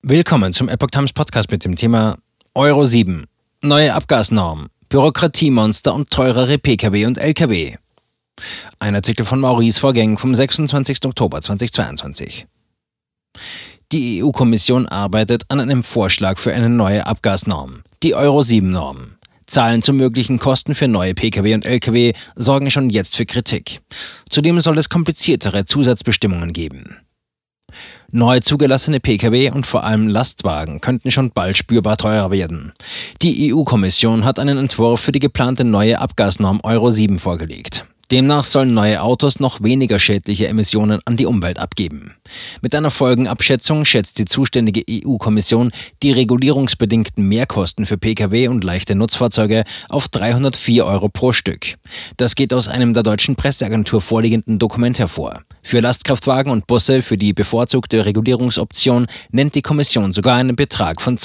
Willkommen zum Epoch Times Podcast mit dem Thema Euro 7, neue Abgasnorm, Bürokratiemonster und teurere Pkw und Lkw. Ein Artikel von Maurice Vorgäng vom 26. Oktober 2022. Die EU-Kommission arbeitet an einem Vorschlag für eine neue Abgasnorm, die Euro 7-Norm. Zahlen zu möglichen Kosten für neue Pkw und Lkw sorgen schon jetzt für Kritik. Zudem soll es kompliziertere Zusatzbestimmungen geben. Neu zugelassene Pkw und vor allem Lastwagen könnten schon bald spürbar teurer werden. Die EU-Kommission hat einen Entwurf für die geplante neue Abgasnorm Euro 7 vorgelegt. Demnach sollen neue Autos noch weniger schädliche Emissionen an die Umwelt abgeben. Mit einer Folgenabschätzung schätzt die zuständige EU-Kommission die regulierungsbedingten Mehrkosten für Pkw und leichte Nutzfahrzeuge auf 304 Euro pro Stück. Das geht aus einem der deutschen Presseagentur vorliegenden Dokument hervor. Für Lastkraftwagen und Busse für die bevorzugte Regulierungsoption nennt die Kommission sogar einen Betrag von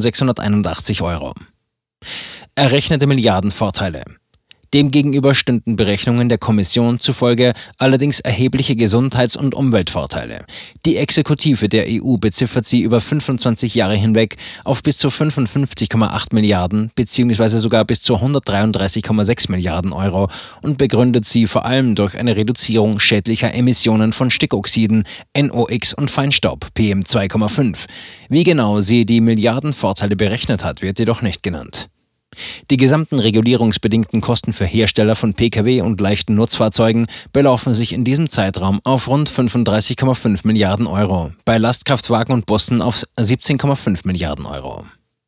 2.681 Euro. Errechnete Milliardenvorteile. Demgegenüber stünden Berechnungen der Kommission zufolge allerdings erhebliche Gesundheits- und Umweltvorteile. Die Exekutive der EU beziffert sie über 25 Jahre hinweg auf bis zu 55,8 Milliarden bzw. sogar bis zu 133,6 Milliarden Euro und begründet sie vor allem durch eine Reduzierung schädlicher Emissionen von Stickoxiden, NOx und Feinstaub, PM2,5. Wie genau sie die Milliardenvorteile berechnet hat, wird jedoch nicht genannt. Die gesamten regulierungsbedingten Kosten für Hersteller von Pkw und leichten Nutzfahrzeugen belaufen sich in diesem Zeitraum auf rund 35,5 Milliarden Euro, bei Lastkraftwagen und Bussen auf 17,5 Milliarden Euro.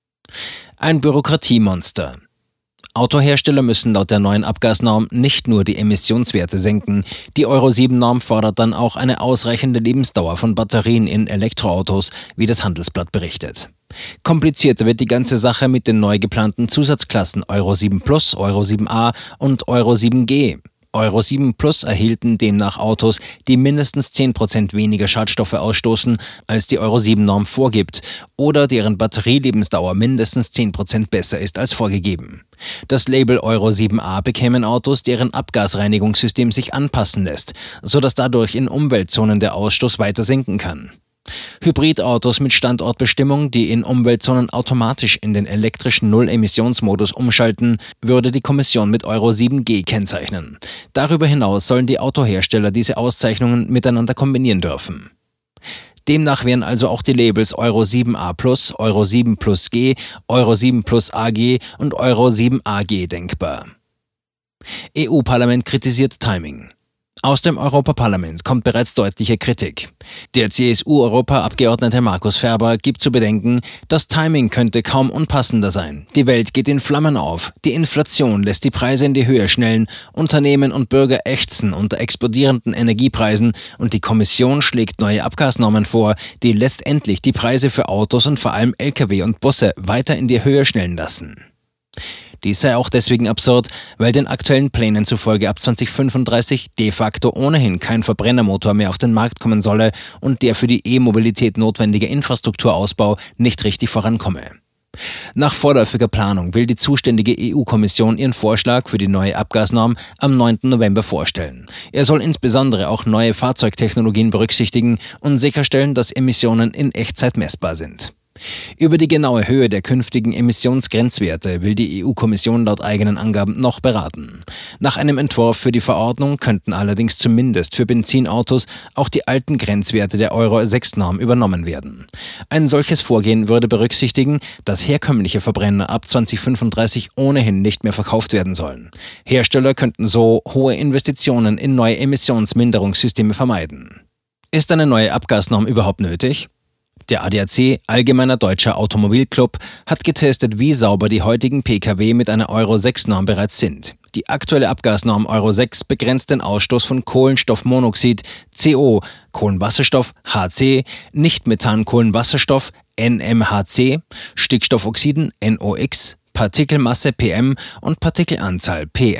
Ein Bürokratiemonster. Autohersteller müssen laut der neuen Abgasnorm nicht nur die Emissionswerte senken, die Euro 7-Norm fordert dann auch eine ausreichende Lebensdauer von Batterien in Elektroautos, wie das Handelsblatt berichtet. Komplizierter wird die ganze Sache mit den neu geplanten Zusatzklassen Euro 7 Plus, Euro 7a und Euro 7G. Euro 7 Plus erhielten demnach Autos, die mindestens 10% weniger Schadstoffe ausstoßen, als die Euro 7-Norm vorgibt, oder deren Batterielebensdauer mindestens 10% besser ist als vorgegeben. Das Label Euro 7a bekämen Autos, deren Abgasreinigungssystem sich anpassen lässt, sodass dadurch in Umweltzonen der Ausstoß weiter sinken kann. Hybridautos mit Standortbestimmung, die in Umweltzonen automatisch in den elektrischen Null-Emissionsmodus umschalten, würde die Kommission mit Euro 7G kennzeichnen. Darüber hinaus sollen die Autohersteller diese Auszeichnungen miteinander kombinieren dürfen. Demnach wären also auch die Labels Euro 7a Plus, Euro 7 Plus G, Euro 7 Plus AG und Euro 7 AG denkbar. EU-Parlament kritisiert Timing. Aus dem Europaparlament kommt bereits deutliche Kritik. Der CSU-Europaabgeordnete Markus Ferber gibt zu bedenken, das Timing könnte kaum unpassender sein. Die Welt geht in Flammen auf, die Inflation lässt die Preise in die Höhe schnellen, Unternehmen und Bürger ächzen unter explodierenden Energiepreisen und die Kommission schlägt neue Abgasnormen vor, die letztendlich die Preise für Autos und vor allem Lkw und Busse weiter in die Höhe schnellen lassen. Dies sei auch deswegen absurd, weil den aktuellen Plänen zufolge ab 2035 de facto ohnehin kein Verbrennermotor mehr auf den Markt kommen solle und der für die E-Mobilität notwendige Infrastrukturausbau nicht richtig vorankomme. Nach vorläufiger Planung will die zuständige EU-Kommission ihren Vorschlag für die neue Abgasnorm am 9. November vorstellen. Er soll insbesondere auch neue Fahrzeugtechnologien berücksichtigen und sicherstellen, dass Emissionen in Echtzeit messbar sind. Über die genaue Höhe der künftigen Emissionsgrenzwerte will die EU-Kommission laut eigenen Angaben noch beraten. Nach einem Entwurf für die Verordnung könnten allerdings zumindest für Benzinautos auch die alten Grenzwerte der Euro 6-Norm übernommen werden. Ein solches Vorgehen würde berücksichtigen, dass herkömmliche Verbrenner ab 2035 ohnehin nicht mehr verkauft werden sollen. Hersteller könnten so hohe Investitionen in neue Emissionsminderungssysteme vermeiden. Ist eine neue Abgasnorm überhaupt nötig? Der ADAC, Allgemeiner Deutscher Automobilclub, hat getestet, wie sauber die heutigen Pkw mit einer Euro 6-Norm bereits sind. Die aktuelle Abgasnorm Euro 6 begrenzt den Ausstoß von Kohlenstoffmonoxid, CO, Kohlenwasserstoff, HC, Nichtmethankohlenwasserstoff, NMHC, Stickstoffoxiden, NOx, Partikelmasse, PM und Partikelanzahl, PN.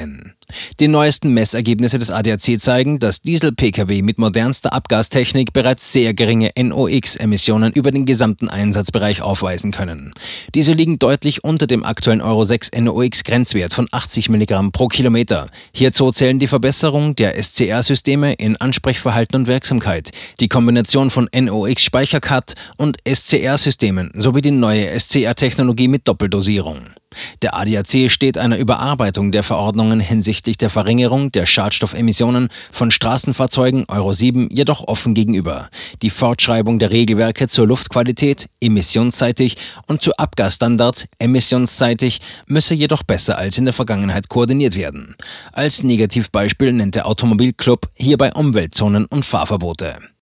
Die neuesten Messergebnisse des ADAC zeigen, dass Diesel-Pkw mit modernster Abgastechnik bereits sehr geringe NOx-Emissionen über den gesamten Einsatzbereich aufweisen können. Diese liegen deutlich unter dem aktuellen Euro 6 NOx-Grenzwert von 80 Milligramm pro Kilometer. Hierzu zählen die Verbesserung der SCR-Systeme in Ansprechverhalten und Wirksamkeit, die Kombination von NOx-Speichercut und SCR-Systemen sowie die neue SCR-Technologie mit Doppeldosierung. Der ADAC steht einer Überarbeitung der Verordnungen hinsichtlich der Verringerung der Schadstoffemissionen von Straßenfahrzeugen Euro 7 jedoch offen gegenüber. Die Fortschreibung der Regelwerke zur Luftqualität emissionsseitig und zu Abgasstandards emissionsseitig müsse jedoch besser als in der Vergangenheit koordiniert werden. Als Negativbeispiel nennt der Automobilclub hierbei Umweltzonen und Fahrverbote.